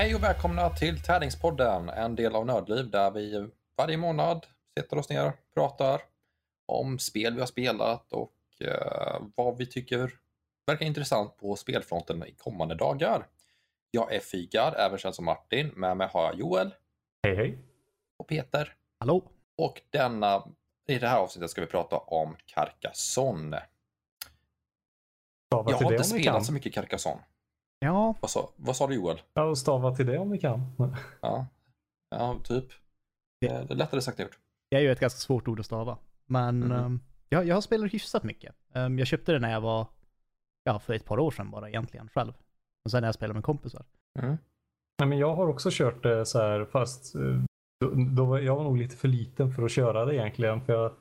Hej och välkomna till Tärningspodden, en del av Nördliv där vi varje månad sätter oss ner och pratar om spel vi har spelat och vad vi tycker verkar intressant på spelfronten i kommande dagar. Jag är Fygard, även känd som Martin. Med mig har jag Joel. Hej hej. Och Peter. Hallå. Och i det här avsnittet ska vi prata om Carcassonne. Jag har inte spelat så mycket Carcassonne. Ja. Vad sa du, Joel? Ja, stava till det om ni kan. Ja, typ. Det är lättare sagt än gjort. Det är ju ett ganska svårt ord att stava. Men jag har spelat hyfsat mycket. Jag köpte det när jag var, för ett par år sedan bara egentligen själv. Och sen när jag spelade med kompisar. Nej, men jag har också kört det så här, fast jag var nog lite för liten för att köra det egentligen. För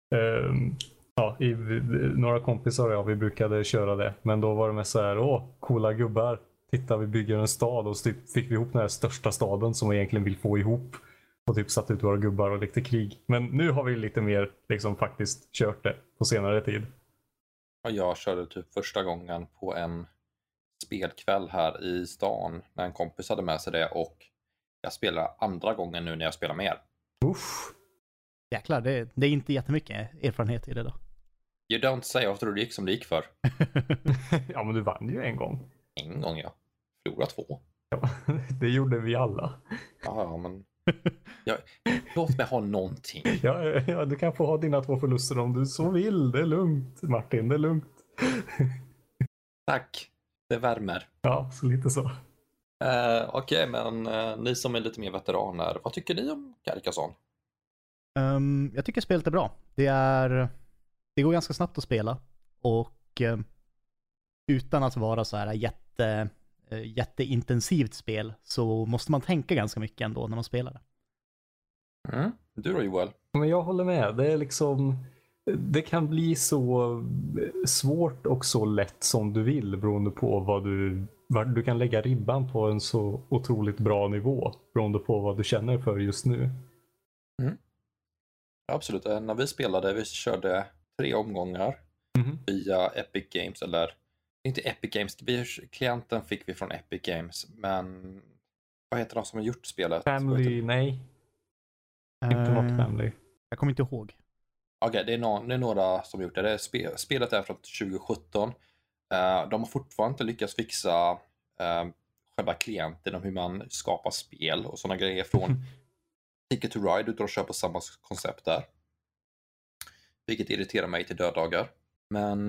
några kompisar och jag, vi brukade köra det. Men då var det med så här, coola gubbar. Titta, vi bygger en stad och så typ fick vi ihop den här största staden som vi egentligen vill få ihop. Och typ satt ut våra gubbar och lekte krig. Men nu har vi lite mer liksom faktiskt kört det på senare tid. Och jag körde typ första gången på en spelkväll här i stan när en kompis hade med sig det, och jag spelar andra gången nu när jag spelar med er. Uff. Jäklar, det är inte jättemycket erfarenhet i det då. You don't say, jag tror det gick som det gick för. Ja, men du vann ju en gång. En gång, ja. Förlorade 2. Ja, det gjorde vi alla. Ja, men... låt mig ha någonting. Ja, du kan få ha dina 2 förluster om du så vill. Det är lugnt, Martin. Det är lugnt. Tack. Det värmer. Ja, så lite så. Okej, men ni som är lite mer veteraner, vad tycker ni om Carcassonne? Jag tycker spelet är bra. Det går ganska snabbt att spela. Och utan att vara så här jätteintensivt spel så måste man tänka ganska mycket ändå när man spelar det. Du då, Joel? Men jag håller med. Det är liksom, det kan bli så svårt och så lätt som du vill beroende på vad du kan lägga ribban på en så otroligt bra nivå beroende på vad du känner för just nu. Absolut. När vi spelade, vi körde 3 omgångar via Epic Games, eller inte Epic Games, klienten fick vi från Epic Games, men vad heter de som har gjort spelet? Family, nej. Inte något Family. Jag kommer inte ihåg. Okej, det är några som gjort det. Spelet är från 2017. De har fortfarande inte lyckats fixa själva klienten om hur man skapar spel och sådana grejer från Ticket to Ride, utan att köra på samma koncept där. Vilket irriterar mig till döddagar. Men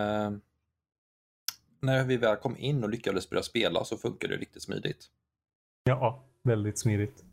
när vi väl kom in och lyckades börja spela så funkar det riktigt smidigt. Ja, väldigt smidigt.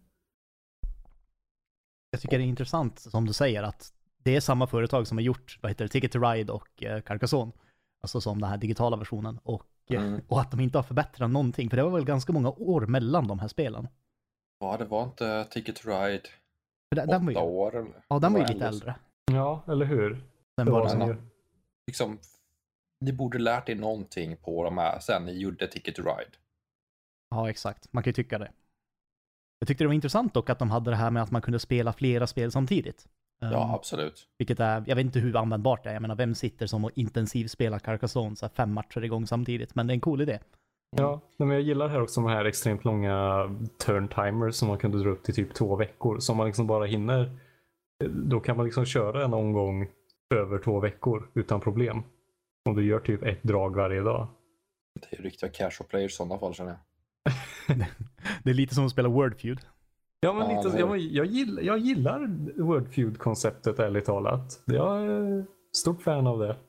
Jag tycker det är intressant som du säger att det är samma företag som har gjort Ticket to Ride och Carcassonne. Alltså som den här digitala versionen. Och att de inte har förbättrat någonting. För det var väl ganska många år mellan de här spelen. Ja, det var inte Ticket to Ride 8 år. Eller? Ja, den var ju lite äldre. Ja, eller hur? Den var liksom, ni borde lärt er någonting på de här sen ni gjorde Ticket to Ride. Ja, exakt. Man kan ju tycka det. Jag tyckte det var intressant dock att de hade det här med att man kunde spela flera spel samtidigt. Ja, absolut. Vilket är, jag vet inte hur användbart det är. Jag menar, vem sitter som och intensivt spelar Carcassonne så här 5 matcher igång samtidigt? Men det är en cool idé. Ja, men jag gillar här också de här extremt långa turn timers som man kunde dra upp till typ 2 veckor. Som man liksom bara hinner. Då kan man liksom köra en omgång över 2 veckor utan problem. Om du gör typ ett drag varje dag. Det är riktiga casual players i sådana fall, känner jag. Det är lite som att spela Wordfeud. Ja, men lite, jag gillar Wordfeud-konceptet, ärligt talat. Jag är stort fan av det.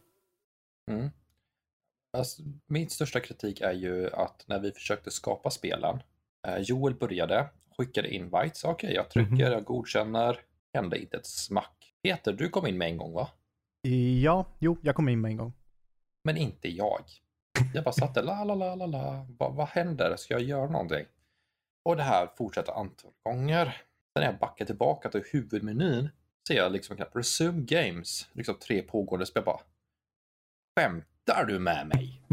Alltså, min största kritik är ju att när vi försökte skapa spelen, Joel började, skickade invites. Okej, jag trycker, jag godkänner, hände inte ett smack. Peter, du kom in med en gång, va? Ja, jag kom in med en gång. Men inte jag. Jag bara satt där, vad händer? Ska jag göra någonting? Och det här fortsätter antal gånger. Sen när jag backar tillbaka till huvudmenyn ser jag liksom knappt resume games. Liksom 3 pågående spel. Bara, skämtar du med mig?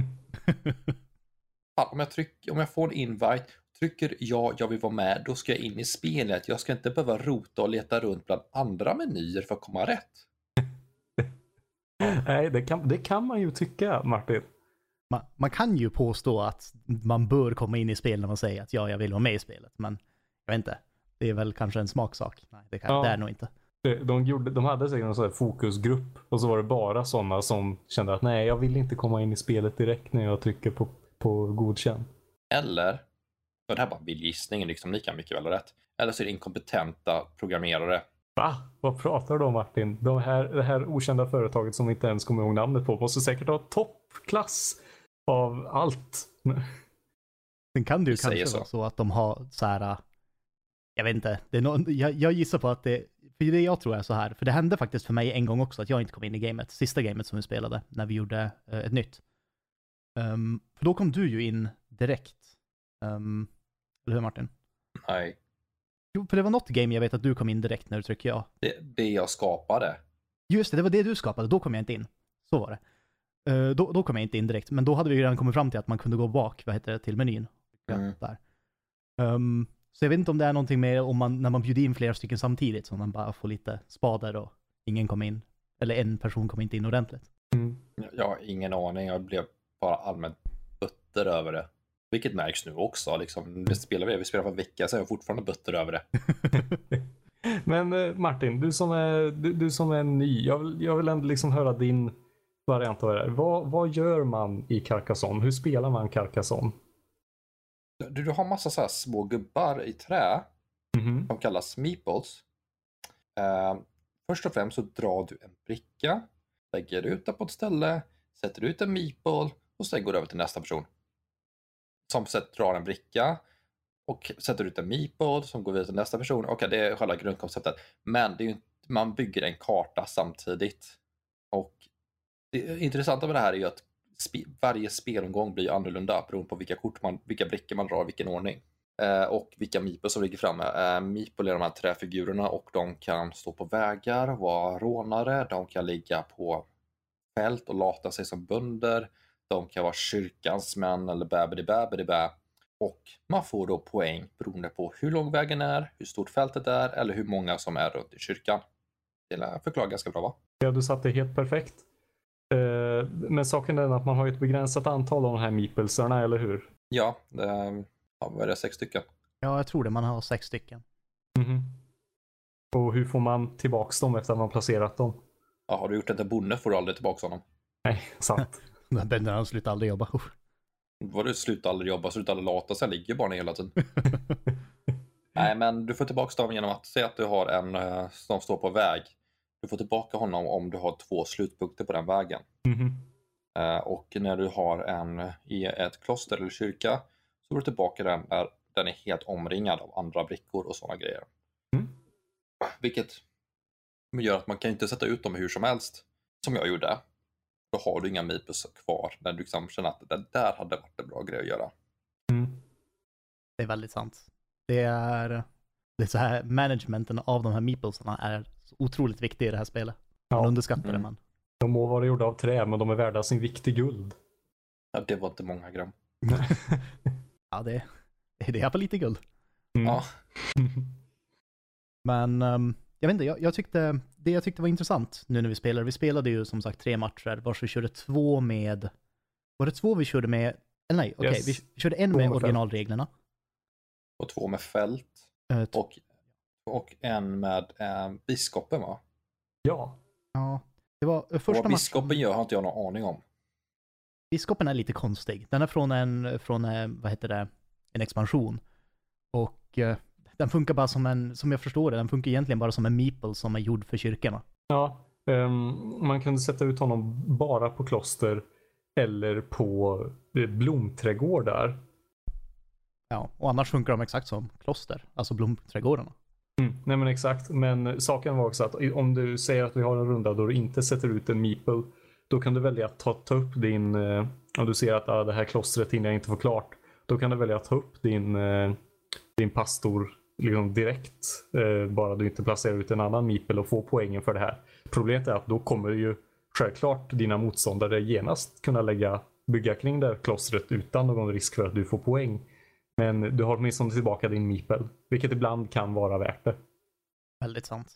Om jag får en invite, trycker jag vill vara med, då ska jag in i spelet. Jag ska inte behöva rota och leta runt bland andra menyer för att komma rätt. Nej, det kan man ju tycka, Martin. man kan ju påstå att man bör komma in i spel när man säger att ja, jag vill vara med i spelet, men jag vet inte. Det är väl kanske en smaksak. Nej, det är nog inte. De hade säkert en sån här fokusgrupp och så var det bara sådana som kände att nej, jag vill inte komma in i spelet direkt när jag trycker på godkänn. Eller, och det här är bara bildgissningen, liksom, ni kan mycket väl ha rätt. Eller så är det inkompetenta programmerare. Va? Vad pratar du om, Martin? Det här okända företaget som vi inte ens kommer ihåg namnet på måste säkert ha toppklass av allt. Sen kan det ju kanske vara så att de har så här, jag vet inte, det är jag gissar på att för det jag tror är så här, för det hände faktiskt för mig en gång också att jag inte kom in i gamet, sista gamet som vi spelade, när vi gjorde ett nytt. För då kom du ju in direkt. Eller hur, Martin? Nej. Jo, för det var något game jag vet att du kom in direkt när du tryckte ja. Det jag skapade. Just det var det du skapade, då kom jag inte in. Så var det. Då kom jag inte in direkt, men då hade vi ju redan kommit fram till att man kunde gå bak, till menyn. Där. Så jag vet inte om det är någonting med när man bjuder in flera stycken samtidigt, så man bara får lite spader och ingen kommer in. Eller en person kommer inte in ordentligt. Jag har ingen aning, jag blev bara allmänt butter över det. Vilket märks nu också, liksom. Vi spelar för en vecka sedan och fortfarande butter över det. Men Martin, du som är ny, jag vill ändå liksom höra din variant av det här. Vad gör man i Carcassonne? Hur spelar man Carcassonne? Du har massa så här små gubbar i trä som kallas meeples. Först och främst så drar du en bricka, lägger ut den på ett ställe, sätter ut en meeple och sen går du över till nästa person. Som drar en bricka och sätter ut en meeple som går vidare till nästa person. Okej, det är själva grundkonceptet. Men det är ju, man bygger en karta samtidigt. Och det intressanta med det här är ju att varje spelomgång blir annorlunda beroende på vilka brickor man drar i vilken ordning. Och vilka meeples som ligger framme. Meeple är de här träfigurerna och de kan stå på vägar, vara rånare, de kan ligga på fält och lata sig som bönder. De kan vara kyrkans män eller bäbidi-bäbidi-bä. Och man får då poäng beroende på hur lång vägen är, hur stort fältet är eller hur många som är runt i kyrkan. Det förklarar ganska bra, va? Ja, du satt det helt perfekt. Men saken är att man har ett begränsat antal av de här meeplesarna, eller hur? Ja, vad är det, 6 stycken? Ja, jag tror det. Man har 6 stycken. Och hur får man tillbaks dem efter att man placerat dem? Ja, har du gjort det till bonde får du aldrig tillbaks honom. Nej, sant. Bönderna slutar aldrig jobba. Vad du slutar aldrig jobba, slutar aldrig lata sig, ligger bara ner hela tiden. Nej, men du får tillbaka dem genom att säga att du har en som står på väg. Du får tillbaka honom om du har 2 slutpunkter på den vägen. Och när du har en i ett kloster eller kyrka så får du tillbaka den när den är helt omringad av andra brickor och sådana grejer. Vilket gör att man kan inte sätta ut dem hur som helst, som jag gjorde. Då har du inga meeples kvar när du liksom känner att det där hade varit en bra grej att göra. Det är väldigt sant. Det är så här, managementen av de här meeplesarna är så otroligt viktig i det här spelet. Man underskattar det, man. De må vara gjorda av trä, men de är värda sin vikt i guld. Ja, det var inte många gram. Ja, det är i alla fall lite guld. Ja. Men jag vet inte, jag tyckte var intressant nu när vi spelade ju som sagt 3 matcher, vars vi körde 2 med, var det 2 vi körde med, eller nej, okej, vi körde en med originalreglerna. Och 2 med fält. Och en med biskopen, va? Ja. Det var första vad biskopen gör har inte jag någon aning om. Biskopen är lite konstig. Den är från en expansion. Och den funkar bara som jag förstår det, den funkar egentligen bara som en meeple som är gjord för kyrkorna. Ja, man kunde sätta ut honom bara på kloster eller på blomträdgårdar. Ja, och annars funkar de exakt som kloster, alltså blomträdgårdarna. Nej men exakt, men saken var också att om du säger att vi har en runda då du inte sätter ut en meeple, då kan du välja att ta upp din, om du ser att det här klostret hinner jag inte få klart, då kan du välja att ta upp din pastor liksom direkt, bara du inte placerar ut en annan meeple och får poängen för det här. Problemet är att då kommer ju självklart dina motståndare genast kunna bygga kring det här klostret utan någon risk för att du får poäng. Men du har åtminstone tillbaka din meeple, vilket ibland kan vara värt det. Väldigt sant.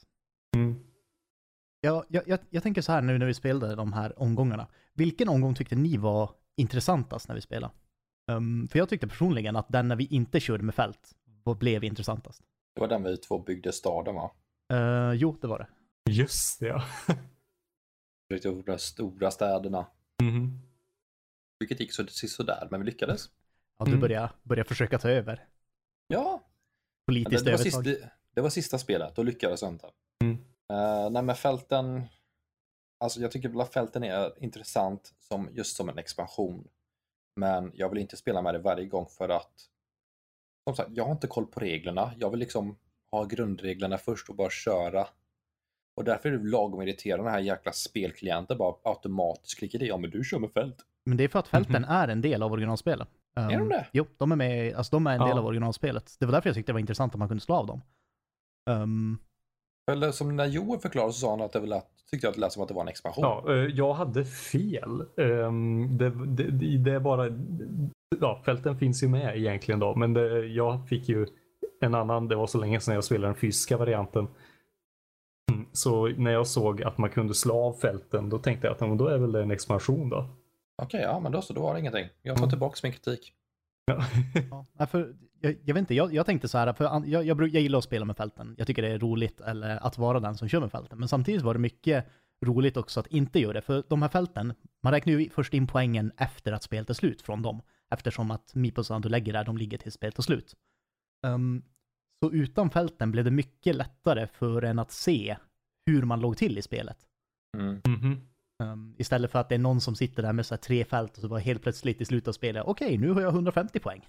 Jag tänker så här nu när vi spelade de här omgångarna. Vilken omgång tyckte ni var intressantast när vi spelade. För jag tyckte personligen att den när vi inte körde med fält blev intressantast. Det var den vi två byggde staden, va? Jo, det var det. Just det, ja. De stora städerna. Mhm. Vilket gick sådär, men vi lyckades. Ja, du börjar försöka ta över. Ja. Politiskt övertag. Det var sista spelet, då lyckades jag inte. Nej, men fälten... Alltså jag tycker att fälten är intressant just som en expansion. Men jag vill inte spela med det varje gång för att... Som sagt, jag har inte koll på reglerna. Jag vill liksom ha grundreglerna först och bara köra. Och därför är det lagom irriterande den här jäkla spelklienten bara automatiskt klickar i. Men du kör med fält. Men det är för att fälten är en del av originalspelet. Är de det? Jo, de är med, alltså de är en del av originalspelet. Det var därför jag tyckte det var intressant att man kunde slå av dem. Eller som när Joel förklarade så sa han att tyckte jag att det lät som att det var en expansion. Ja, jag hade fel. Det är bara... Ja, fälten finns ju med egentligen då. Men jag fick ju en annan... Det var så länge sedan jag spelade den fysiska varianten. Så när jag såg att man kunde slå av fälten, då tänkte jag att då är väl det en expansion då. Okej, ja, men då var det ingenting. Jag tar tillbaka min kritik. Ja, för, jag vet inte, jag tänkte så här, för jag gillar att spela med fälten. Jag tycker det är roligt att vara den som kör med fälten. Men samtidigt var det mycket roligt också att inte göra det. För de här fälten, man räknar ju först in poängen efter att spelet är slut från dem. Eftersom att meeplesarna du lägger där, de ligger till spelet är slut. Så utan fälten blev det mycket lättare för en att se hur man låg till i spelet. Istället för att det är någon som sitter där med så här 3 fält och så bara helt plötsligt i slutet av spelet, okej, nu har jag 150 poäng.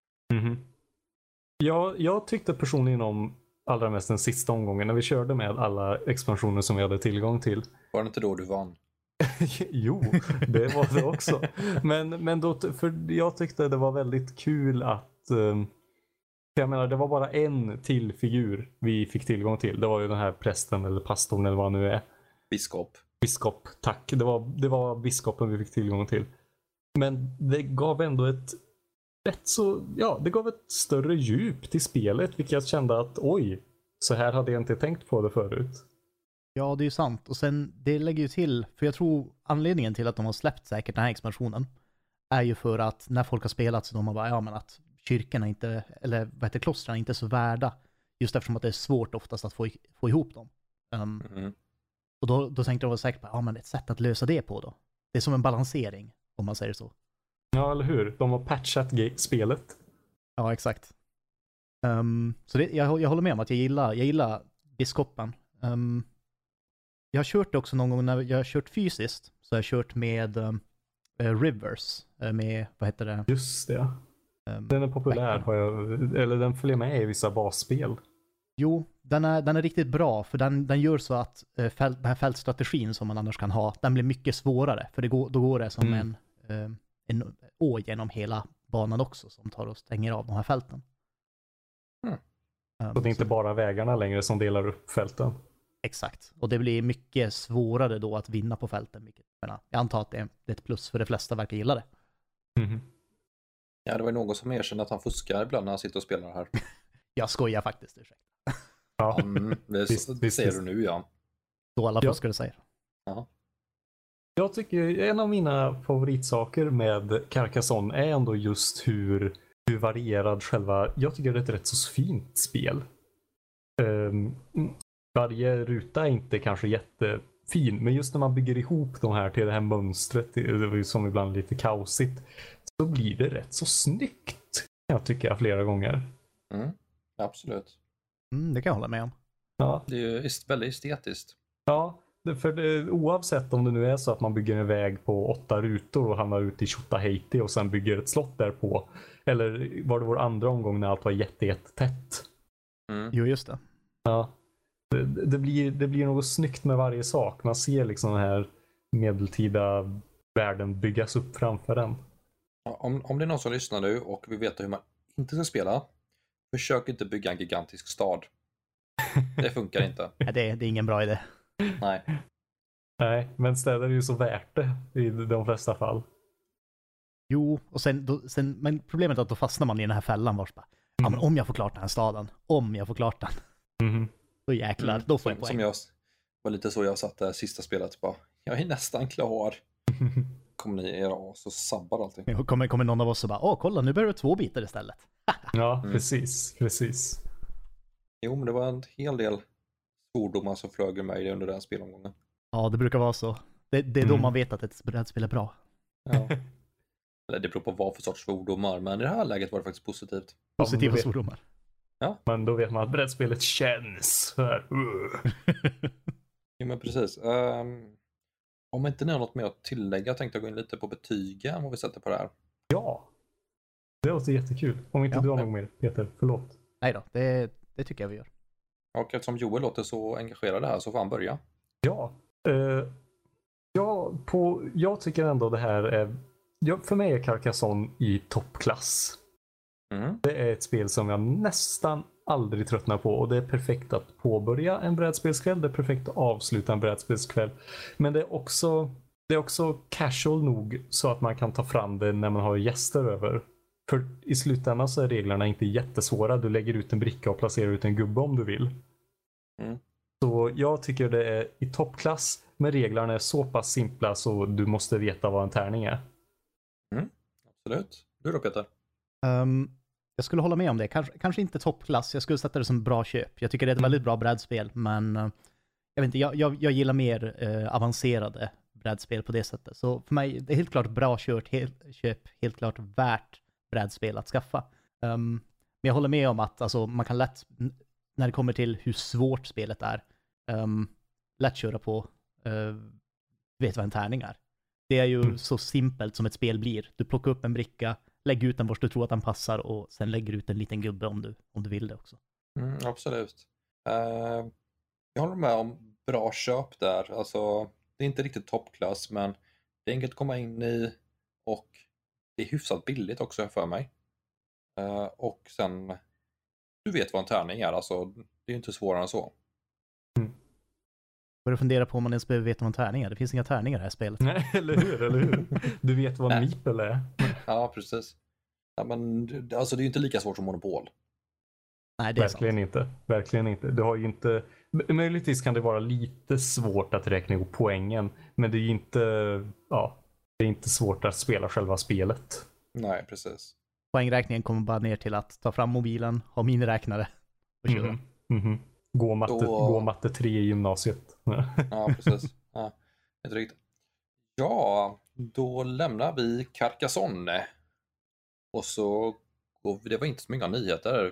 Ja, jag tyckte personligen om allra mest den sista omgången när vi körde med alla expansioner som vi hade tillgång till. Var det inte då du vann? Jo, det var det också. Men då, för jag tyckte det var väldigt kul att jag menar, det var bara en till figur vi fick tillgång till. Det var ju den här prästen eller pastorn eller vad nu är. Biskop, tack. Det var biskopen vi fick tillgång till. Men det gav ändå det gav ett större djup till spelet, vilket jag kände att oj, så här hade jag inte tänkt på det förut. Ja, det är ju sant. Och sen, det lägger ju till, för jag tror anledningen till att de har släppt säkert den här expansionen är ju för att när folk har spelat så de har bara, ja men att kyrkorna inte, eller vad heter klostren inte är så värda. Just eftersom att det är svårt oftast att få ihop dem. Och då tänkte de säkert på, ja men ett sätt att lösa det på då. Det är som en balansering, om man säger så. Ja, eller hur? De har patchat spelet. Ja, exakt. Så jag håller med om att jag gillar biskopen. Jag har kört det också någon gång när jag har kört fysiskt. Så jag har kört med Rivers. Med, vad heter det? Just det. Den är populär. Eller den följer med i vissa basspel. Jo, den är riktigt bra. För den gör så att den här fältstrategin som man annars kan ha, den blir mycket svårare. För då går det som en å genom hela banan också som tar och stänger av de här fälten. Så det är inte bara vägarna längre som delar upp fälten. Exakt. Och det blir mycket svårare då att vinna på fälten. Jag antar att det är ett plus för de flesta verkar gilla det. Ja, det var någon som erkände att han fuskar ibland när han sitter och spelar här. Jag skojar faktiskt, ursäkta. Ja, det säger du nu, ja. Då alla fuskare säger. Ja. Jag tycker en av mina favoritsaker med Carcassonne är ändå just hur varierad jag tycker det är ett rätt så fint spel. Varje ruta är inte kanske jättefin, men just när man bygger ihop de här till det här mönstret, som ibland är lite kaosigt, så blir det rätt så snyggt. Jag tycker flera gånger. Absolut. Det kan jag hålla med om. Ja. Det är ju väldigt estetiskt. Ja, oavsett om det nu är så att man bygger en väg på 8 rutor och hamnar ute i Tjotahejti och sen bygger ett slott där på. Eller var det vår andra omgång när allt var jättetätt. Jo, just det. Ja. Det blir något snyggt med varje sak. Man ser liksom den här medeltida världen byggas upp framför den. Om det är någon som lyssnar nu och vill veta hur man inte ska spela, försök inte bygga en gigantisk stad. Det funkar inte. Det är ingen bra idé. Nej, men städer är ju så värt det i de flesta fall. Jo, och sen men problemet är att då fastnar man i den här fällan vars bara, ja men om jag får klart den här staden, då jäklar, då får jag poäng. Som jag var lite så jag satt där sista spelet bara, jag är nästan klar. kommer ni era as och sabbar allting. Kommer någon av oss och bara, kolla nu behöver du 2 bitar istället. Ja, precis. Jo, men det var en hel del svordomar som flög ur mig under den spelomgången. Ja, det brukar vara så. Det är då man vet att ett brädspel är bra. Ja. Eller det beror på vad för sorts svordomar, men i det här läget var det faktiskt positivt. Positiva svordomar. Ja. Men då vet man att brädspelet känns. Jo, men precis. Om inte ni har något mer att tillägga tänkte jag gå in lite på betygen, vad vi sätter på det här. Ja, det låter jättekul. Om inte du har något mer, Peter, förlåt. Nej då, det tycker jag vi gör. Och eftersom Joel låter så engagerad här så får han börja. Ja, jag tycker ändå det här är... för mig är Carcassonne i toppklass. Det är ett spel som jag nästan aldrig tröttnar på, och det är perfekt att påbörja en brädspelskväll, det är perfekt att avsluta en brädspelskväll. Men det är också casual nog så att man kan ta fram det när man har gäster över. För i slutändan så är reglerna inte jättesvåra. Du lägger ut en bricka och placerar ut en gubbe om du vill. Så jag tycker det är i toppklass, men reglerna är så pass simpla så du måste veta vad en tärning är. Absolut. Du då, Peter? Jag skulle hålla med om det. Kanske inte toppklass. Jag skulle sätta det som bra köp. Jag tycker det är ett väldigt bra brädspel, men jag vet inte, jag gillar mer avancerade brädspel på det sättet. Så för mig, det är helt klart bra köp, helt klart värt brädspel att skaffa. Men jag håller med om att alltså, man kan lätt, när det kommer till hur svårt spelet är, lätt köra på vet vad en tärning är. Det är ju så simpelt som ett spel blir. Du plockar upp en bricka, lägger ut den vart du tror att den passar och sen lägger ut en liten gubbe om du vill det också. Absolut. Jag håller med om bra köp där. Alltså, det är inte riktigt toppklass, men det är enkelt att komma in i och det är hyfsat billigt också för mig. Och sen, du vet vad en tärning är. Alltså, det är inte svårare än så. Börjar fundera på om man ens behöver veta vad en tärning är. Det finns inga tärningar i det här spelet. Nej, eller hur? Du vet vad en meeple är. Ja, precis. Ja, men alltså, det är ju inte lika svårt som Monopol. Nej, det är verkligen sant. inte. Verkligen inte. Du har ju inte... Möjligtvis kan det vara lite svårt att räkna ihop poängen, men det är ju inte... Ja, det är inte svårt att spela själva spelet. Nej, precis. Poängräkningen kommer bara ner till att ta fram mobilen, ha miniräknare och köra. Gå matte 3 i gymnasiet. Ja, precis. Ja, helt riktigt. Ja, då lämnar vi Carcassonne. Och så går vi, det var inte så många nyheter.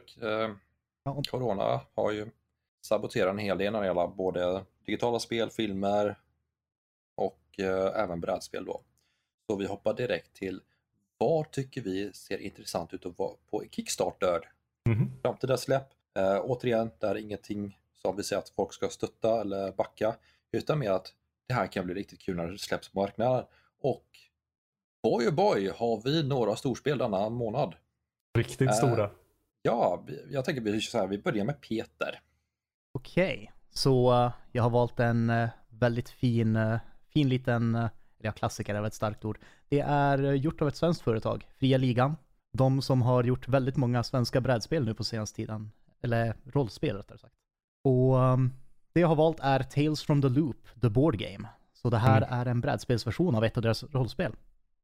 Corona har ju saboterat en hel del när det gäller både digitala spel, filmer och även brädspel då. Så vi hoppar direkt till vad tycker vi ser intressant ut att vara på Kickstarter. Framtida släpp. Återigen, det är ingenting som vi säger att folk ska stötta eller backa, utan mer att det här kan bli riktigt kul när det släpps på marknaden. Och boy oh boy, har vi några storspel denna månad. Riktigt stora. Ja, jag tänker vi börjar med Peter. Okej, så jag har valt en väldigt fin liten, klassiker är ett starkt ord. Det är gjort av ett svenskt företag, Fria Ligan. De som har gjort väldigt många svenska brädspel nu på senaste tiden. Eller rollspel rättare sagt. Och det jag har valt är Tales from the Loop, The Board Game. Så det här är en brädspelsversion av ett av deras rollspel.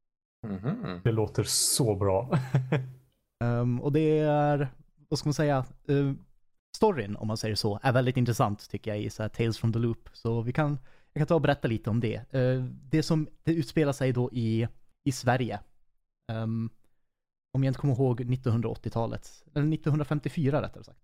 Det låter så bra. Och det är, vad ska man säga, storyn, om man säger så, är väldigt intressant tycker jag i så här Tales from the Loop. Så jag kan ta och berätta lite om det. Det utspelar sig då i Sverige. Om jag inte kommer ihåg 1980-talet, eller 1954 rättare sagt.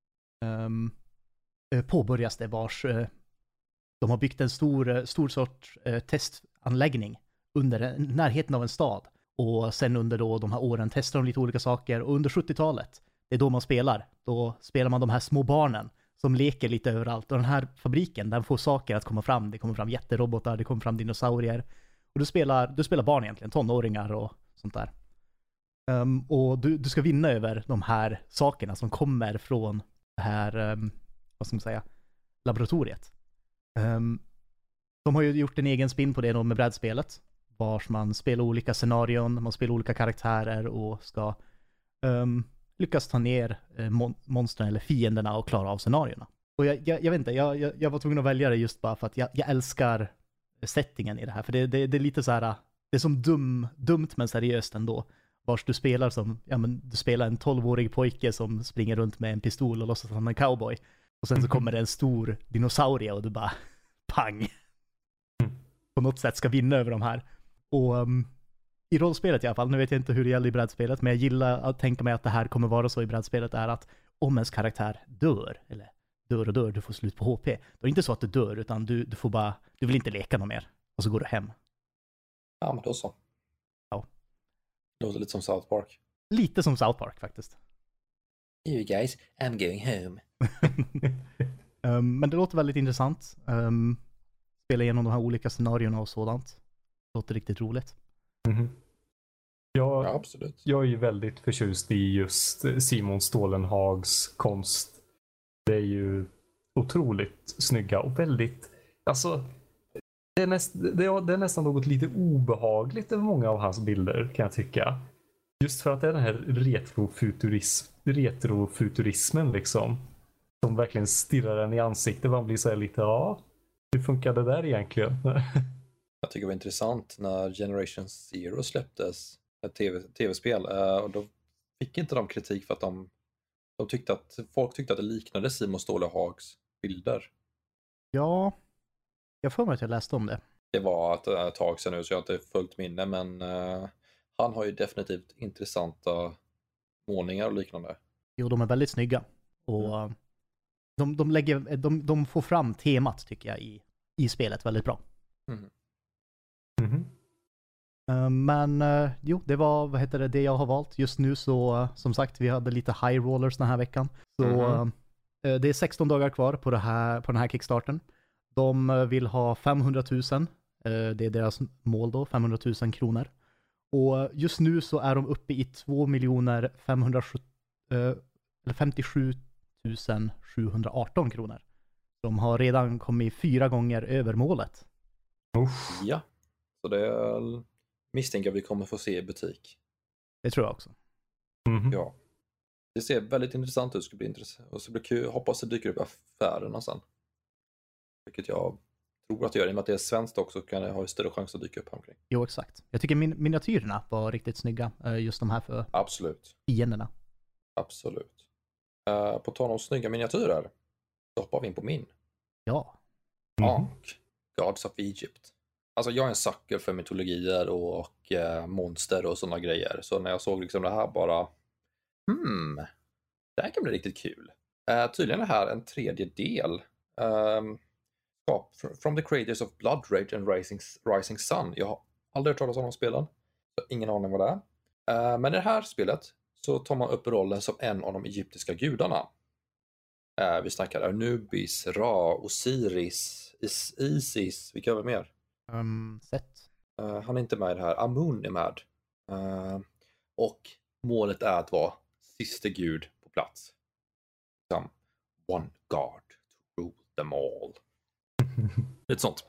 Påbörjas det de har byggt en stor sorts testanläggning under närheten av en stad. Och sen under då de här åren testar de lite olika saker. Och under 70-talet, det är då man spelar. Då spelar man de här små barnen som leker lite överallt. Och den här fabriken, den får saker att komma fram. Det kommer fram jätterobotar, det kommer fram dinosaurier. Och du spelar barn egentligen, tonåringar och sånt där. Och du ska vinna över de här sakerna som kommer från det här, vad ska man säga, laboratoriet. De har ju gjort en egen spin på det då med brädspelet. Vars man spelar olika scenarion, man spelar olika karaktärer och ska lyckas ta ner monstren eller fienderna och klara av scenarierna. Och jag vet inte, jag var tvungen att välja det just bara för att jag älskar settingen i det här. För det är lite så här, det är som dumt men seriöst ändå. Vars du spelar som, du spelar en 12-årig pojke som springer runt med en pistol och låtsas som en cowboy. Och sen så kommer det en stor dinosaurie och du bara, pang! På något sätt ska vinna över de här. Och i rollspelet i alla fall, nu vet jag inte hur det gäller i brädspelet, men jag gillar att tänka mig att det här kommer vara så i brädspelet, är att om ens karaktär dör, eller dör, du får slut på HP. Då är det inte så att du dör, utan du får bara, du vill inte leka något mer. Och så går du hem. Ja, men då så. Ja. Det låter lite som South Park. Lite som South Park faktiskt. You guys, I'm going home. Men det låter väldigt intressant. Spela igenom de här olika scenarierna och sådant. Det låter riktigt roligt. Mm-hmm. Ja, absolut. Jag är ju väldigt förtjust i just Simon Stålenhags konst. Det är ju otroligt snygga och väldigt, alltså det är nästan något lite obehagligt över många av hans bilder, kan jag tycka. Just för att det är den här retrofuturismen liksom. Som verkligen stirrar en i ansiktet. Man blir så här lite, hur funkar det där egentligen? Jag tycker det var intressant när Generation Zero släpptes, ett tv-spel, och då fick inte de kritik för att folk tyckte att det liknade Simon Stålenhags bilder. Ja, jag får mig att jag läste om det. Det var ett tag sedan nu så jag har inte fullt minne, men han har ju definitivt intressanta målningar och liknande. Jo, de är väldigt snygga. Och de får fram temat, tycker jag, i spelet väldigt bra. Mm. Mm-hmm. Men det var det jag har valt. Just nu så, som sagt, vi hade lite high rollers den här veckan. Så det är 16 dagar kvar på den här kickstarten. De vill ha 500 000. Det är deras mål då, 500 000 kronor. Och just nu så är de uppe i 2 57 718 kronor. De har redan kommit 4 gånger över målet. Ja, så det misstänker vi kommer få se i butik. Det tror jag också. Mm-hmm. Ja. Det ser väldigt intressant ut. Det ska bli intressant. Och så blir det kul. Hoppas det dyker upp i affärerna sen. Vilket jag tror att det gör. I och med att det är svenskt också kan det ha större chans att dyka upp här omkring. Jo, exakt. Jag tycker miniatyrerna var riktigt snygga. Just de här för fienderna. Absolut. På tal om snygga miniatyrer så hoppar vi in på min. Ja. Ankh, Gods of Egypt. Alltså jag är en sucker för mytologier och monster och sådana grejer. Så när jag såg liksom det här bara det här kan bli riktigt kul. Tydligen är det här en tredje del. From the Creators of Blood Rage and Rising Sun. Jag har aldrig hört talas om de spelen. Så ingen aning vad det är. Men i det här spelet så tar man upp rollen som en av de egyptiska gudarna. Vi snackar Anubis, Ra, Osiris, Isis. Vilka har vi mer? Set. Han är inte med i det här. Amun är med. Och målet är att vara sista gud på plats. Som one god to rule them all. Lite sånt.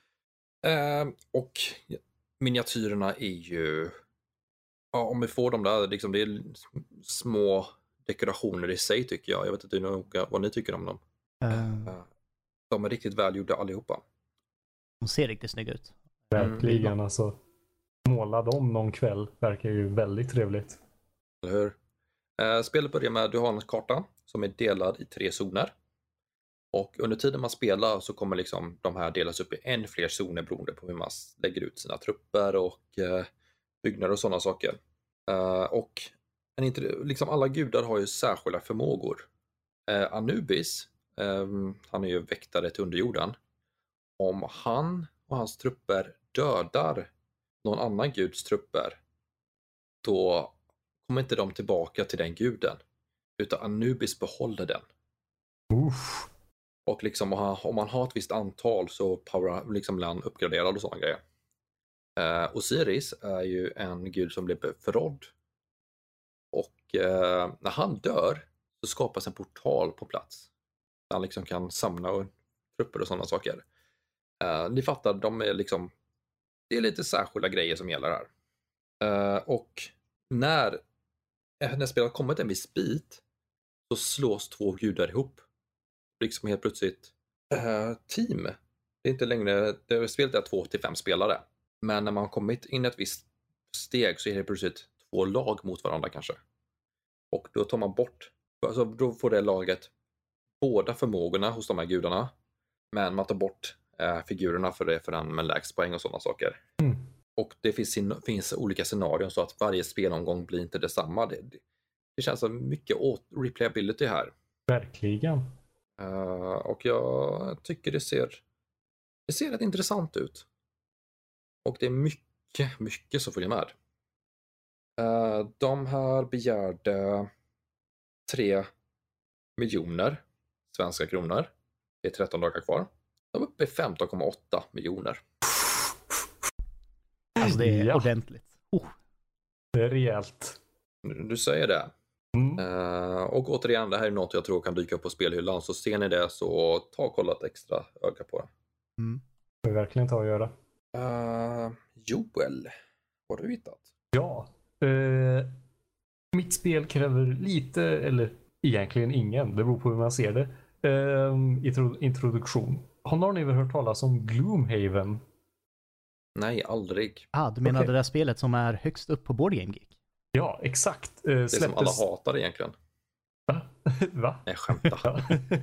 Och miniatyrerna är ju, om vi får dem där, liksom, det är små dekorationer i sig tycker jag. Jag vet inte vad ni tycker om dem. De är riktigt välgjorda allihopa. De ser riktigt snygga ut. Verkligen, alltså. Måla dem någon kväll verkar ju väldigt trevligt. Eller hur? Spelet börjar med att du har en karta som är delad i 3 zoner. Och under tiden man spelar så kommer liksom de här delas upp i än fler zoner beroende på hur man lägger ut sina trupper och byggnader och sådana saker. Och liksom alla gudar har ju särskilda förmågor. Anubis, han är ju väktare till underjorden. Om han och hans trupper dödar någon annan guds trupper, då kommer inte de tillbaka till den guden. Utan Anubis behåller den. Uff. Och liksom, om man har ett visst antal så liksom blir han uppgraderad och sådana grejer. Osiris är ju en gud som blir förrådd. Och när han dör så skapas en portal på plats. Där han liksom kan samla trupper och sådana saker. Ni fattar, det är lite särskilda grejer som gäller här. Och när spelet har kommit en viss bit så slås 2 gudar ihop. Liksom helt plötsligt team. Det är inte längre, spelet är 2 till 5 spelare. Men när man har kommit in ett visst steg så är det plötsligt 2 lag mot varandra kanske. Och då tar man bort, alltså då får det laget båda förmågorna hos de här gudarna. Men man tar bort figurerna för den med lägst poäng och sådana saker. Mm. Och det finns olika scenarion så att varje spelomgång blir inte detsamma. Det känns som mycket replayability här. Verkligen. Och jag tycker det ser rätt intressant ut. Och det är mycket som följer med. De här begärde 3 miljoner svenska kronor. Det är 13 dagar kvar. De är uppe i 15,8 miljoner. Alltså det är ordentligt. Det är rejält. Du säger det. Och återigen, det här är något jag tror kan dyka upp på spelhyllan. Så ser ni det så ta och kolla ett extra öga på det. Det är verkligen ta och göra. Joel, vad har du hittat? Ja. Mitt spel kräver lite, eller egentligen ingen. Det beror på hur man ser det. Introduktion. Har någon av er hört talas om Gloomhaven? Nej, aldrig. Du menar det där spelet som är högst upp på Board Game Geek? Ja, exakt. Det som alla hatar egentligen. Va? Nej, skämta.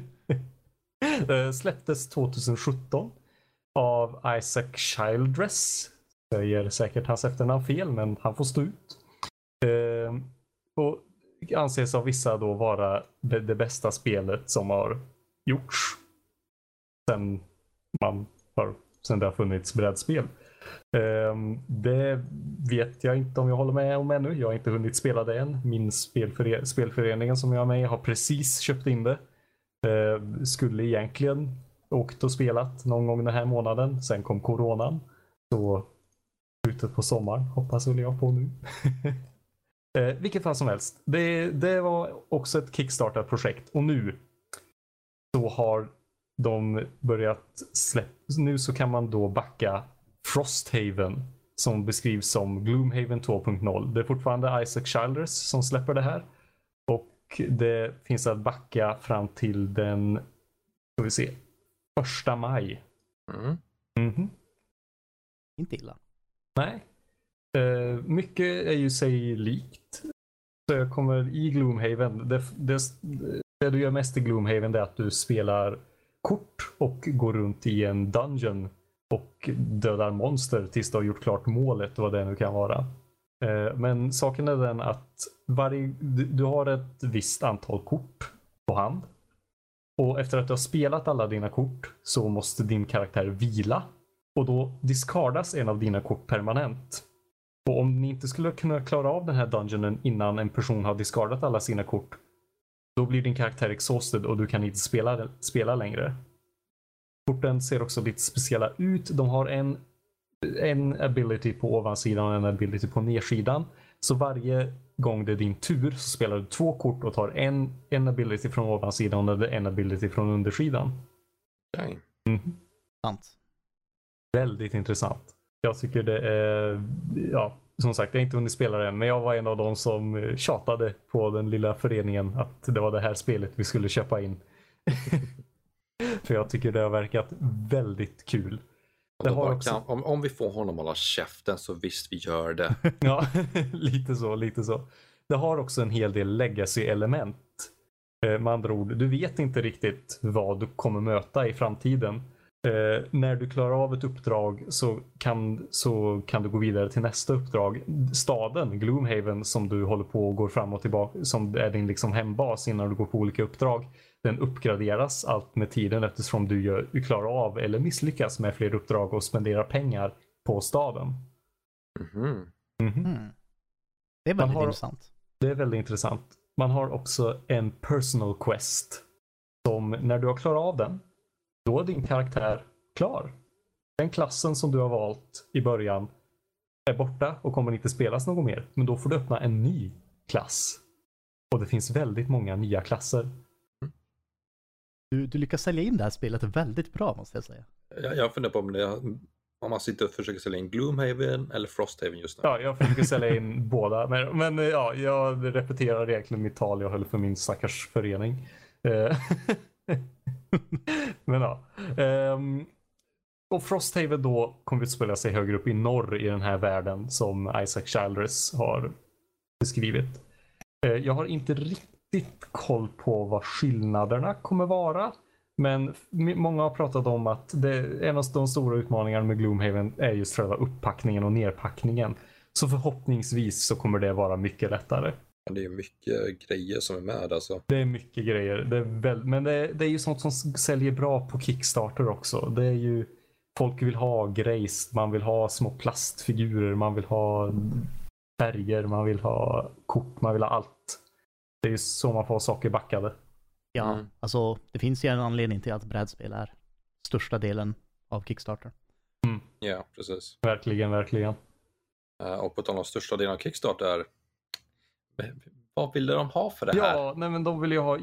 Släpptes 2017 av Isaac Childress. Jag ger säkert hans efternamn fel, men han får stå ut. Och anses av vissa då vara det bästa spelet som har gjorts sen det har funnits brädspel. Det vet jag inte om jag håller med om ännu. Jag har inte hunnit spela det än. Min spelföreningen som jag är med i har precis köpt in det. Skulle egentligen åkt och spelat någon gång den här månaden. Sen kom coronan. Så slutet på sommaren hoppas jag på nu. Vilket fall som helst. Det var också ett Kickstarter-projekt. Och nu så har de börjat nu så kan man då backa Frosthaven som beskrivs som Gloomhaven 2.0. Det är fortfarande Isaac Childress som släpper det här. Och det finns att backa fram till den 1 maj. Inte illa. Nej. Mycket är ju sig likt. Så jag kommer i Gloomhaven. Det du gör mest i Gloomhaven är att du spelar kort och går runt i en dungeon och dödar monster tills du har gjort klart målet och vad det nu kan vara. Men saken är den att du har ett visst antal kort på hand. Och efter att du har spelat alla dina kort så måste din karaktär vila. Och då diskardas en av dina kort permanent. Och om ni inte skulle kunna klara av den här dungeonen innan en person har diskardat alla sina kort, då blir din karaktär exhausted och du kan inte spela längre. Korten ser också lite speciella ut. De har en ability på ovansidan och en ability på nedsidan. Så varje gång det är din tur så spelar du 2 kort och tar en ability från ovansidan och en ability från undersidan. Okay. Sant. Väldigt intressant. Jag tycker det är, som sagt, jag har inte hunnit spela det än, men jag var en av dem som tjatade på den lilla föreningen att det var det här spelet vi skulle köpa in. För jag tycker det har verkat väldigt kul. Det har också... om vi får honom alla käften så visst vi gör det. Ja, lite så. Det har också en hel del legacy-element. Med andra ord, du vet inte riktigt vad du kommer möta i framtiden. När du klarar av ett uppdrag så kan du gå vidare till nästa uppdrag. Staden, Gloomhaven, som du håller på och går fram och tillbaka, som är din liksom hembas innan du går på olika uppdrag, den uppgraderas allt med tiden eftersom du klarar av eller misslyckas med fler uppdrag och spenderar pengar på staden. Det är väldigt intressant. Det är väldigt intressant. Man har också en personal quest som när du har klarat av den, då är din karaktär klar. Den klassen som du har valt i början är borta och kommer inte spelas något mer. Men då får du öppna en ny klass. Och det finns väldigt många nya klasser. Du lyckas sälja in det här spelet väldigt bra, måste jag säga. Jag funderar på om man sitter och försöker sälja in Gloomhaven eller Frosthaven just nu. Ja, jag försöker sälja in båda. Men ja, jag repeterar egentligen mitt tal jag höll för min stackars förening. Men ja. och Frosthaven då kommer att spela sig högre upp i norr i den här världen som Isaac Childress har beskrivit. Jag har inte riktigt koll på vad skillnaderna kommer vara. Men många har pratat om att en av de stora utmaningarna med Gloomhaven är just själva upppackningen och nerpackningen. Så förhoppningsvis så kommer det vara mycket lättare. Det är mycket grejer som är med alltså. Det är mycket grejer. Men det är ju sånt som säljer bra på Kickstarter också. Det är ju, folk vill ha grejs, man vill ha små plastfigurer, man vill ha färger, man vill ha kort, man vill ha allt. Det är ju så man får saker backade. Ja, alltså det finns ju en anledning till att brädspel är största delen av Kickstarter. Ja, precis. Verkligen. Och på tal om största delen av Kickstarter, vad ville de ha för det här? Ja, nej men de vill ju ha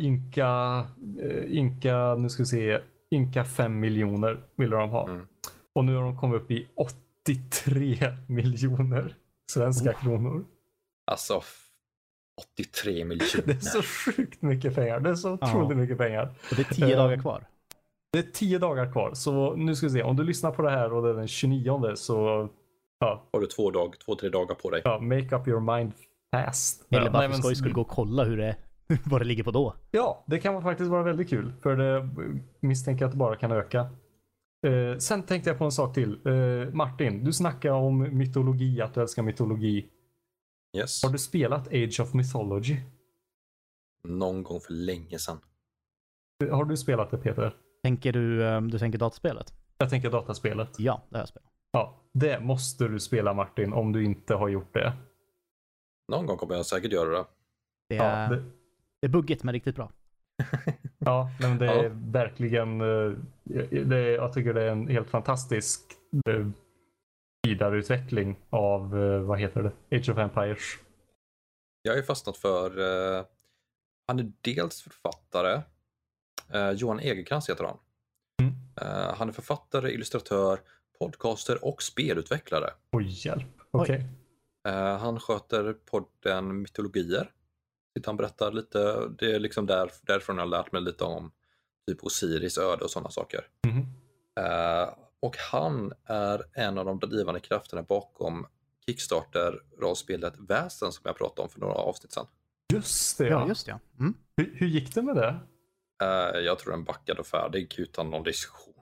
Inka 5 miljoner ville de ha. Och nu har de kommit upp i 83 miljoner svenska kronor. Alltså 83 miljoner. Det är så sjukt mycket pengar. Det är så otroligt mycket pengar. Och det är 10 dagar kvar. Det är 10 dagar kvar. Så nu ska vi se. Om du lyssnar på det här och det är den 29 så har du 2-3 dagar på dig. Ja, make up your mind fast. Eller bara för skoj skulle gå och kolla vad det ligger på då. Ja, det kan faktiskt vara väldigt kul. För det misstänker att det bara kan öka. Sen tänkte jag på en sak till. Martin, du snackar om mytologi, att du älskar mytologi. Yes. Har du spelat Age of Mythology? Någon gång för länge sedan. Har du spelat det, Peter? Tänker du tänker dataspelet? Jag tänker dataspelet. Ja, det har jag spelat. Ja, det måste du spela, Martin, om du inte har gjort det. Någon gång kommer jag säkert göra det. Det är buggigt men riktigt bra. Ja, men det är verkligen jag tycker det är en helt fantastisk vidareutveckling av vad heter det? Age of Empires. Jag har ju fastnat för han är dels författare, Johan Egerkrans heter han. Han är författare, illustratör, podcaster och spelutvecklare. Oj, hjälp. Okej. Han sköter podden Mytologier. Han berättar lite, det är liksom därifrån jag har lärt mig lite om typ Osiris öde och sådana saker. Och han är en av de drivande krafterna bakom Kickstarter-rollspelet Väsen som jag pratade om för några avsnitt sedan. Just det. Ja, just det. Hur gick det med det? Jag tror den backade och färdig utan någon diskussion.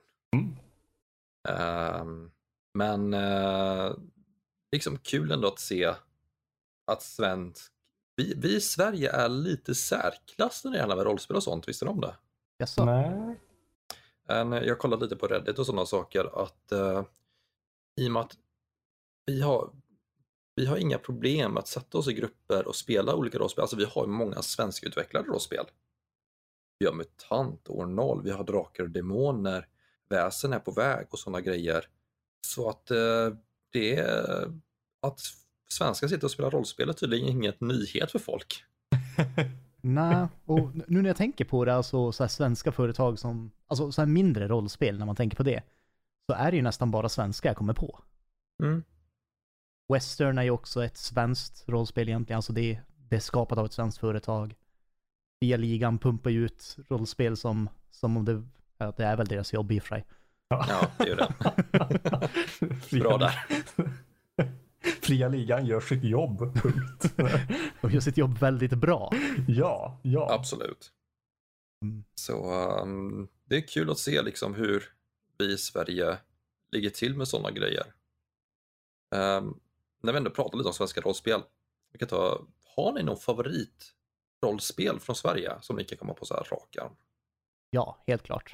Men liksom kul ändå att se att vi i Sverige är lite särklass när det gäller med rollspel och sånt, visste du om det? Jaså? Nej. Jag kollade lite på Reddit och sådana saker att i och med att vi har inga problem att sätta oss i grupper och spela olika rollspel. Alltså vi har ju många svenska-utvecklade rollspel. Vi har MUTANT, år 0, vi har Drakar och Demoner, Väsen är på väg och sådana grejer. Så att att svenskar sitter och spelar rollspel är tydligen inget nyhet för folk. Nej, och nu när jag tänker på det, alltså så här svenska företag som, alltså så här mindre rollspel när man tänker på det, så är det ju nästan bara svenska jag kommer på. Western är ju också ett svenskt rollspel egentligen, alltså det är skapat av ett svenskt företag. Fria ligan pumpar ju ut rollspel som om det är väl deras jobb i och för sig. Ja, det är ju det. Bra där. Fria ligan gör sitt jobb, punkt. De gör sitt jobb väldigt bra. Ja. Absolut. Så det är kul att se liksom hur vi i Sverige ligger till med sådana grejer. När vi ändå pratar lite om svenska rollspel, har ni någon favoritrollspel från Sverige som ni kan komma på så här rak arm? Ja, helt klart.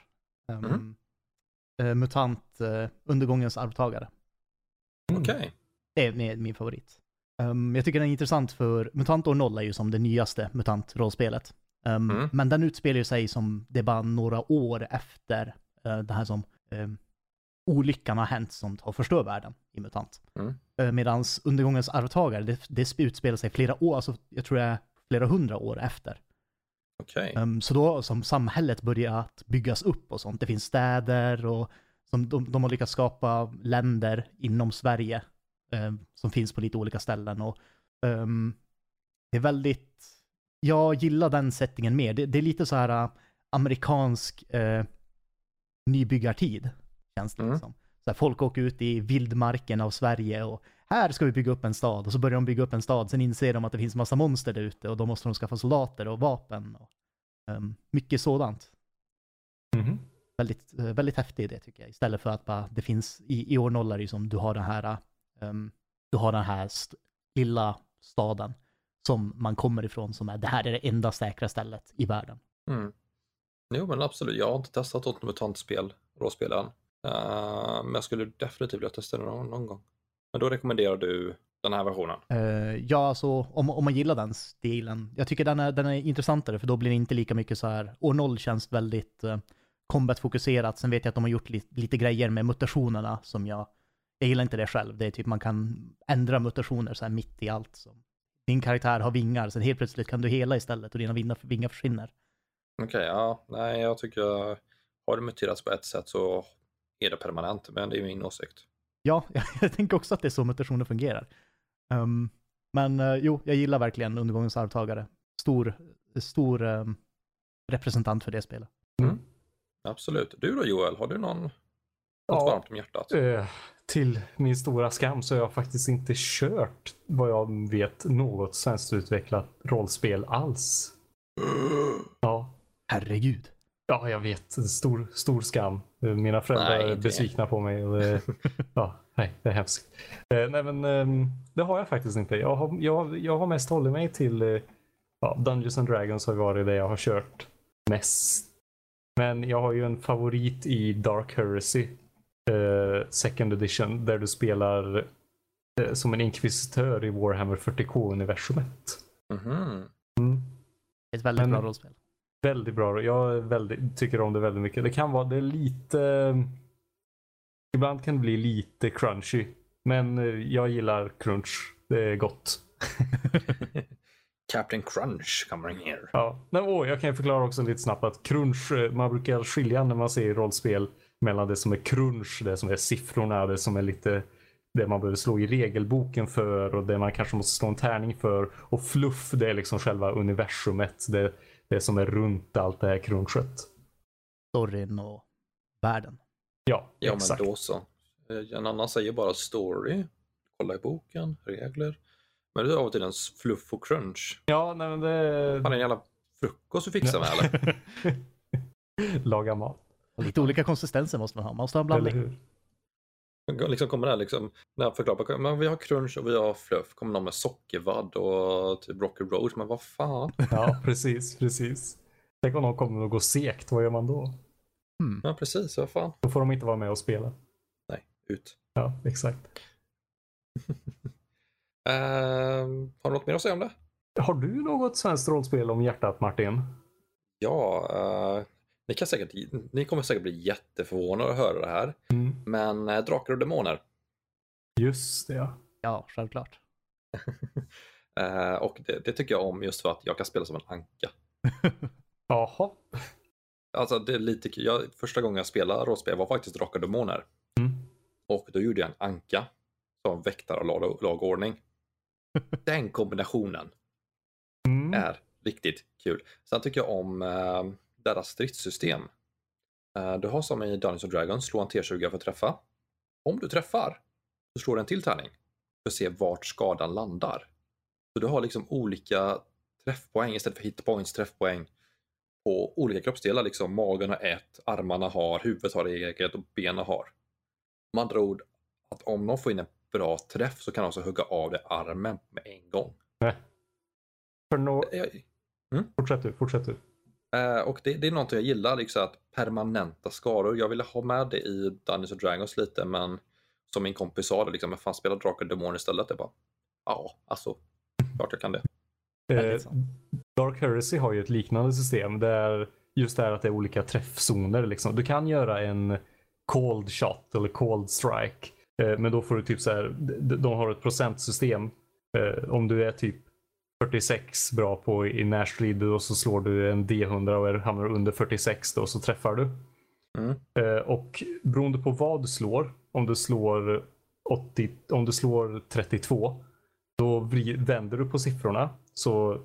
MUTANT, Undergångens arvtagare. Okej. Det är min favorit. Jag tycker den är intressant för MUTANT år 0 är ju som det nyaste MUTANT-rollspelet. Men den utspelar ju sig som det är bara några år efter det här som olyckan har hänt som har förstört världen i MUTANT. Medans Undergångens arvtagare, det utspelar sig flera år, alltså jag tror det är flera 100 år efter. Okej. Så då som samhället börjar byggas upp och sånt. Det finns städer och som de har lyckats skapa länder inom Sverige som finns på lite olika ställen. Och det är väldigt, jag gillar den settingen mer. Det är lite så här amerikansk nybyggartid känns det liksom. Så här, folk åker ut i vildmarken av Sverige och här ska vi bygga upp en stad. Och så börjar de bygga upp en stad. Sen inser de att det finns massa monster där ute och då måste de skaffa soldater och vapen. Och, mycket sådant. Mhm. Väldigt häftig idé tycker jag. Istället för att bara, det finns i år 0 är det ju som du har den här lilla staden som man kommer ifrån som är det här är det enda säkra stället i världen. Mm. Jo men absolut, jag har inte testat något mutantspel, råspelen. Men jag skulle definitivt vilja testa det någon gång. Men då rekommenderar du den här versionen? Ja, alltså om man gillar den stilen. Jag tycker den är intressantare för då blir det inte lika mycket så här. År 0 känns väldigt combat-fokuserat. Sen vet jag att de har gjort lite grejer med mutationerna som jag gillar inte det själv. Det är typ man kan ändra mutationer så här mitt i allt. Så. Din karaktär har vingar, sen helt plötsligt kan du hela istället och dina vingar försvinner. Okej, ja. Nej, jag tycker har det muterats på ett sätt så är det permanent, men det är min åsikt. Ja, jag tänker också att det är så mutationer fungerar. Men jo, jag gillar verkligen Undergångens arvtagare. Stor representant för det spelet. Mm. Absolut. Du då Joel, har du något varmt om hjärtat? Till min stora skam så har jag faktiskt inte kört vad jag vet något svenskt utvecklat rollspel alls. Ja. Herregud. Ja, jag vet. Stor skam. Mina föräldrar är besvikna på mig. Och det är hemskt. Nej, men det har jag faktiskt inte. Jag har mest hållit mig till Dungeons and Dragons har varit det jag har kört mest. Men jag har ju en favorit i Dark Heresy Second Edition där du spelar som en inkvisitör i Warhammer 40K-universumet. Mm. Ett väldigt bra rollspel. Väldigt bra. Jag tycker om det väldigt mycket. Det är lite... Ibland kan det bli lite crunchy. Men jag gillar crunch. Det är gott. Captain Crunch kommer in here. Ja. Jag kan förklara också lite snabbt att crunch, man brukar skilja när man ser rollspel mellan det som är crunch, det som är siffrorna, det som är lite det man behöver slå i regelboken för och det man kanske måste slå en tärning för. Och fluff, det är liksom själva universumet. Det som är runt allt det här crunchet. Storyn och världen. Ja, exakt. Men då så. En annan säger bara story. Kolla i boken, regler. Men det är av och till en fluff och crunch. Ja, nej men det... Fan, en jävla frukost du fixar med eller? Laga mat. Och lite olika konsistenser måste man ha. Man måste ha en blandning. Eller hur? Liksom kommer det här liksom, när jag förklarar, men vi har crunch och vi har fluff, kommer någon med sockervadd och typ Rocky Road, men vad fan? Ja, precis. Tänk om någon kommer att gå segt, vad gör man då? Ja, precis, vad fan? Då får de inte vara med och spela. Nej, ut. Ja, exakt. Har du något mer att säga om det? Har du något svenskt rollspel om hjärtat, Martin? Ja, ni kommer säkert bli jätteförvånade att höra det här. Men Drakar och Demoner. Just det, ja. Ja, självklart. Och det tycker jag om just för att jag kan spela som en anka. Jaha. Alltså det är lite kul. Första gången jag spelade rollspel var faktiskt Drakar och Demoner. Och då gjorde jag en anka som väktare och lagordning. Den kombinationen är riktigt kul. Sen tycker jag om deras stridssystem. Du har som i Dungeons & Dragons, slå en T20 för att träffa. Om du träffar så slår du en till tärning för att se vart skadan landar. Så du har liksom olika träffpoäng istället för hitpoints, träffpoäng på olika kroppsdelar. Liksom magen har ett, armarna har, huvudet har eget och benen har. Med andra ord, att om någon får in en bra träff så kan de alltså hugga av det armen med en gång. Nej. Fortsätt du. Och det är något jag gillar, liksom att permanenta skador. Jag ville ha med det i Dungeons & Dragons lite, men som min kompis sa det, liksom, jag fan spelar Drakar och Demoner istället. Det bara, ja, alltså, klart jag kan det. Dark Heresy har ju ett liknande system där just det här att det är olika träffzoner. Liksom. Du kan göra en cold shot eller cold strike, men då får du typ så här, de har ett procentsystem. Om du är typ 46 bra på i närstrid och så slår du en D100 och hamnar under 46 då så träffar du. Och beroende på vad du slår, om du slår 32 då vänder du på siffrorna så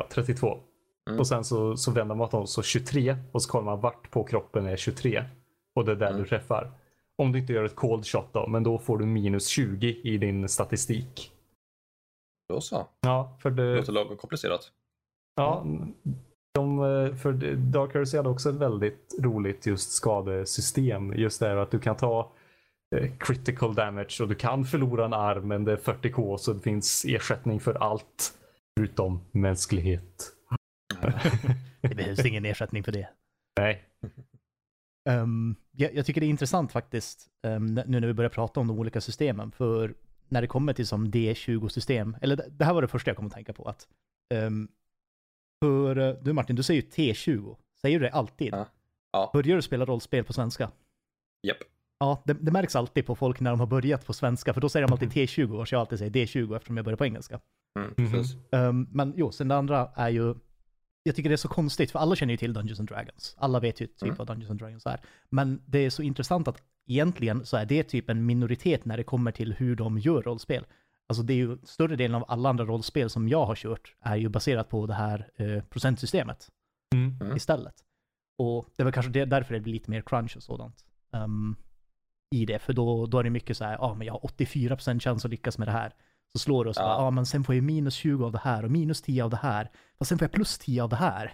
32 och sen så vänder man dem så 23 och så kollar man vart på kroppen är 23 och det är där du träffar. Om du inte gör ett cold shot då, men då får du minus 20 i din statistik. Då så. Ja, för det låter lagom komplicerat. Ja, för Dark Heresy hade också ett väldigt roligt just skadesystem. Just det att du kan ta critical damage och du kan förlora en arm, men det är 40k så det finns ersättning för allt förutom mänsklighet. Det behövs ingen ersättning för det. Nej. Jag tycker det är intressant faktiskt nu när vi börjar prata om de olika systemen, för när det kommer till som D20-system, eller det här var det första jag kom att tänka på, att för du Martin, du säger ju T20, säger du det alltid? Ja. Börjar du spela rollspel på svenska? Japp. Ja, det märks alltid på folk när de har börjat på svenska, för då säger de alltid T20 och jag alltid säger D20 eftersom jag börjar på engelska. Precis. Men jo, sen det andra är ju, jag tycker det är så konstigt, för alla känner ju till Dungeons and Dragons. Alla vet ju typ vad Dungeons and Dragons är. Men det är så intressant att egentligen så är det typ en minoritet när det kommer till hur de gör rollspel. Alltså det är ju större delen av alla andra rollspel som jag har kört är ju baserat på det här procentsystemet istället. Och det är väl kanske därför det blir lite mer crunch och sådant i det. För då är det mycket så här, men jag har 84% chans att lyckas med det här. Så slår det och så men sen får jag minus 20 av det här och minus 10 av det här. Fast sen får jag plus 10 av det här.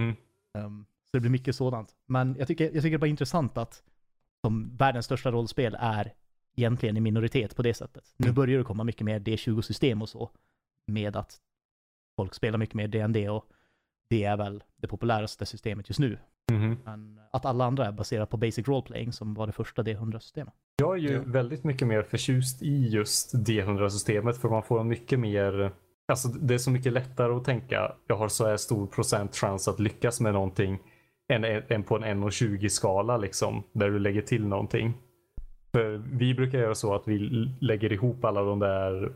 Så det blir mycket sådant. Men jag tycker det var intressant att som världens största rollspel är egentligen i minoritet på det sättet. Nu börjar det komma mycket mer D20-system och så. Med att folk spelar mycket mer D&D och det är väl det populäraste systemet just nu. Men att alla andra är baserat på basic role-playing som var det första D100-systemet. Jag är ju väldigt mycket mer förtjust i just D100-systemet för man får en mycket mer, alltså det är så mycket lättare att tänka jag har så här stor procent chans att lyckas med någonting än på en 1,20-skala liksom, där du lägger till någonting. För vi brukar göra så att vi lägger ihop alla de där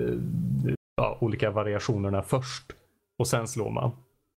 olika variationerna först och sen slår man.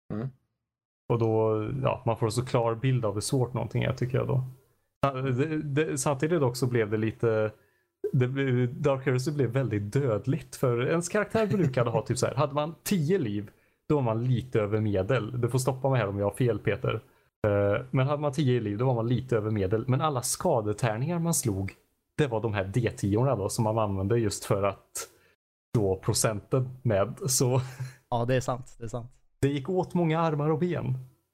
Och då, man får en så klar bild av hur svårt någonting är, tycker jag då. Samtidigt också blev det lite... Dark Heresy blev väldigt dödligt. För ens karaktär brukade ha typ så här. Hade man 10 liv, då var man lite över medel. Du får stoppa mig här om jag har fel, Peter. Men hade man 10 liv, då var man lite över medel. Men alla skadetärningar man slog, det var de här D10-orna då, som man använde just för att slå procenten med. Så... Ja, det är sant. Det är sant. Det gick åt många armar och ben.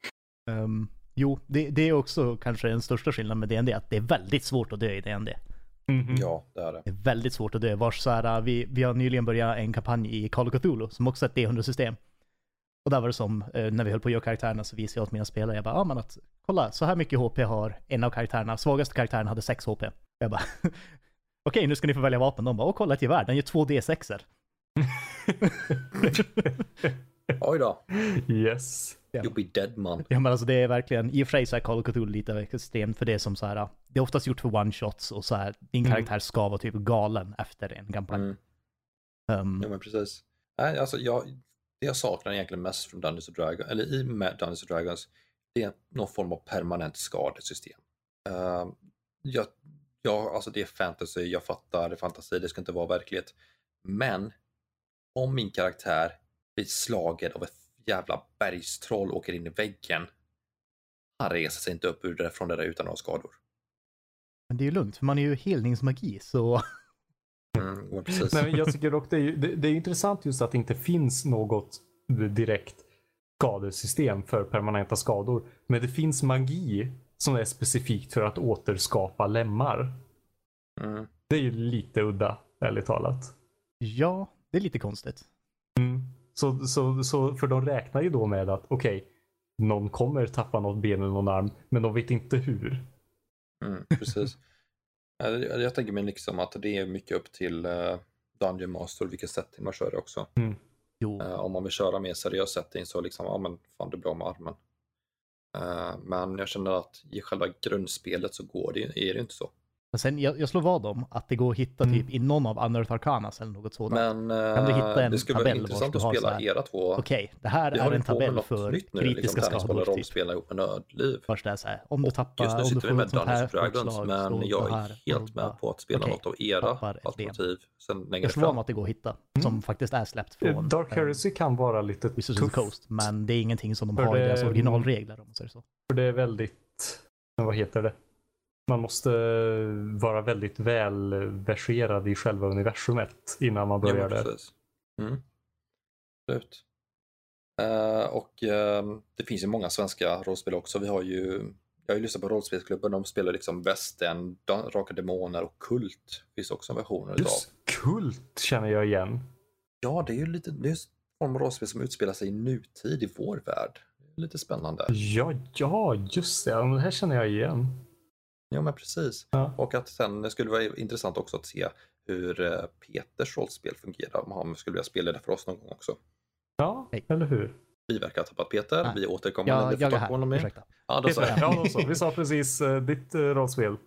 Jo, det är också kanske den största skillnaden med D&D, att det är väldigt svårt att dö i D&D. Ja, det är det. Det är väldigt svårt att dö. Vi har nyligen börjat en kampanj i Call of Cthulhu som också är ett D100-system. Och där var det som, när vi höll på att göra karaktärerna så visade jag åt mina spelare, jag bara, men att kolla, så här mycket HP har en av karaktärerna, svagaste karaktären hade 6 HP. Jag bara, okej, nu ska ni få välja vapen. De bara, kolla ett gevär, den gör 2 D6-er. Oj då. Yes. You'll be dead, man. Ja, men alltså det är verkligen, i och för sig så är Call of Cthulhu lite extremt för det som så här, det är oftast gjort för one-shots och så här, din karaktär ska vara typ galen efter en kampanj. Ja, men precis. Nej, alltså det jag saknar egentligen mest från Dungeons & Dragons, eller i Dungeons & Dragons, det är någon form av permanent skadesystem. Alltså det är fantasy, jag fattar, det är fantasi, det ska inte vara verklighet. Men om min karaktär blir slagen av ett jävla bergstroll och åker in i väggen, han reser sig inte upp från det där utan några skador. Men det är ju lugnt, för man är ju helningsmagi, så... Precis. Nej, jag tycker dock det är intressant just att det inte finns något direkt skadesystem för permanenta skador. Men det finns magi som är specifikt för att återskapa lemmar. Det är ju lite udda, ärligt talat. Ja, det är lite konstigt. Så för de räknar ju då med att någon kommer tappa något ben eller någon arm, men de vet inte hur. Precis. Jag tänker mig liksom att det är mycket upp till Dungeon Master vilket setting man kör också. Om man vill köra mer seriös setting så liksom, men fan, det är bra med armen. Men jag känner att i själva grundspelet så är det inte så. Men sen, jag slår vad om att det går att hitta typ i någon av Unearthed Arcanas eller något sådant. Men kan du hitta en det skulle vara intressant att spela era två. Okej, det här är en tabell för kritiska skador. Typ. Spela ihop med nödliv. Först är det så här, om du tappar, just nu om du sitter vi med Dungeons Dragons, men jag är helt med på att spela något av era alternativ. Sen längre jag slår om att det går att hitta, som faktiskt är släppt från Dark Heresy kan vara lite Wizards of the Coast, men det är ingenting som de har i deras originalregler, om man säger så. För det är väldigt, vad heter det? Man måste vara väldigt väl verserad i själva universumet innan man börjar där. Precis. Absolut. Det finns ju många svenska rollspel också. Jag har ju lyssnat på rollspelsklubben. De spelar liksom västern, Raka Demoner och Kult. Det finns också versioner utav. Just Kult känner jag igen. Ja, det är ju lite det är en form av rollspel som utspelar sig i nutid i vår värld. Lite spännande. Ja, just det. Det här känner jag igen. Ja, men precis. Ja. Och att sen det skulle vara intressant också att se hur Peters rollspel fungerar. Om han skulle vilja spela det för oss någon gång också. Ja, eller hur? Vi verkar ha tappat Peter. Nej. Vi återkommer Jag när vi får är tag på honom här, igen. ursäkta. Ja, då så. Ja, så. Vi sa precis ditt rollspel.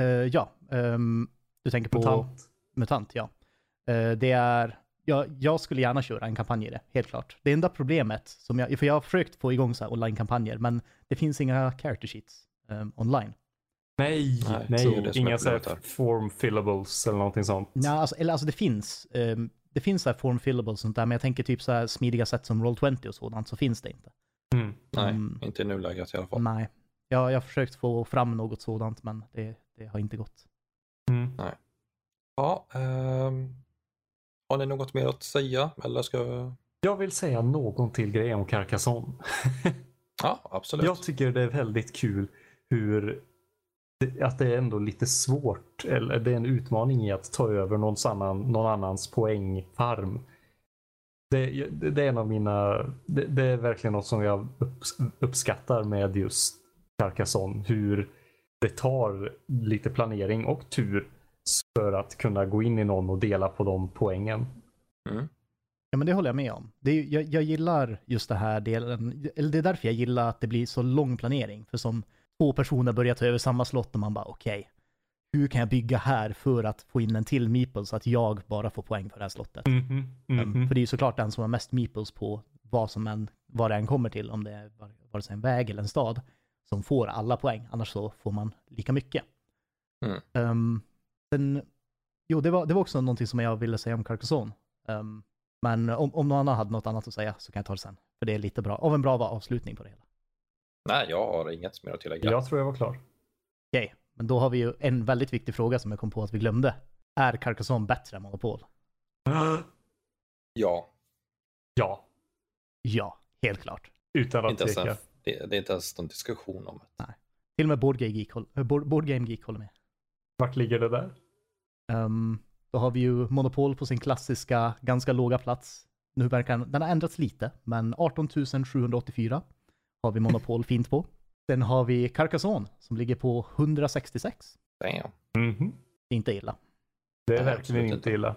Du tänker på Mutant, ja. Det är, jag skulle gärna köra en kampanj i det, helt klart. Det enda problemet, för jag har försökt få igång så här online-kampanjer, men det finns inga character sheets online. Nej, inga så här form fillables eller någonting sånt. Ja, alltså det finns. Det finns så här form fillables och sånt där, men jag tänker typ så här smidiga sätt som Roll20 och sådant, så finns det inte. Nej, inte i nuläget i alla fall. Nej, jag har försökt få fram något sådant, men det har inte gått. Nej. Ja, har ni något mer att säga? Eller ska... Jag vill säga någon till grej om Carcassonne. Ja, absolut. Jag tycker det är väldigt kul att det är ändå lite svårt, eller det är en utmaning i att ta över någon annans poängfarm. Det är en av mina, det är verkligen något som jag uppskattar med just Carcassonne, hur det tar lite planering och tur för att kunna gå in i någon och dela på de poängen. Ja, men det håller jag med om. Jag gillar just det här delen, eller det är därför jag gillar att det blir så lång planering, för som 2 personer börjar ta över samma slott och man bara okej, hur kan jag bygga här för att få in en till meeple så att jag bara får poäng för det här slottet. För det är ju såklart den som har mest meeples på vad det än kommer till, om det är vare sig en väg eller en stad, som får alla poäng, annars så får man lika mycket. Det var också någonting som jag ville säga om Carcassonne. Men om någon annan hade något annat att säga så kan jag ta det sen, för det är lite bra, av en bra avslutning på det hela. Nej, jag har inget mer att tillägga. Jag tror jag var klar. Okej, men då har vi ju en väldigt viktig fråga som jag kom på att vi glömde. Är Carcassonne bättre än Monopol? Ja. Ja, helt klart. Utan att tveka. Det är inte ens en diskussion om det. Nej. Till och med Board Game Geek håller med. Vart ligger det där? Då har vi ju Monopol på sin klassiska, ganska låga plats. Nu verkar den har ändrats lite, men 18 784 har vi Monopol fint på. Sen har vi Carcassonne som ligger på 166. Damn. Det är inte illa. Det är verkligen inte illa.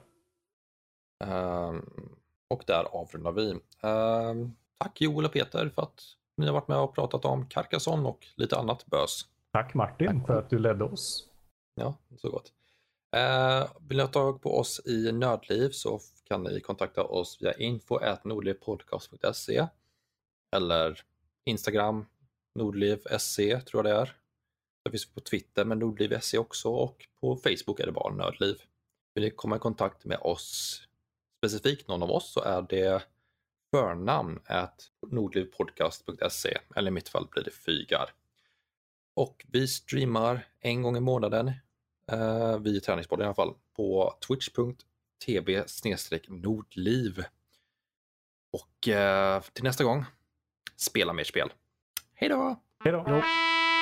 Och där avrundar vi. Tack Joel och Peter för att ni har varit med och pratat om Carcassonne och lite annat bös. Tack Martin för att du ledde oss. Ja, så gott. Vill ni ha tag på oss i Nördliv så kan ni kontakta oss via info@nordlivpodcast.se eller Instagram nordliv.se tror jag det är. Det finns på Twitter med nordliv.se också, och på Facebook är det bara Nördliv. Vill ni komma i kontakt med oss, specifikt någon av oss, så är det förnamn @nordlivpodcast.se, eller i mitt fall blir det Fygar. Och vi streamar en gång i månaden, vi i Träningspodden i alla fall, på twitch.tv/nordliv. Och till nästa gång, spela mer spel. Hej då! Hej då!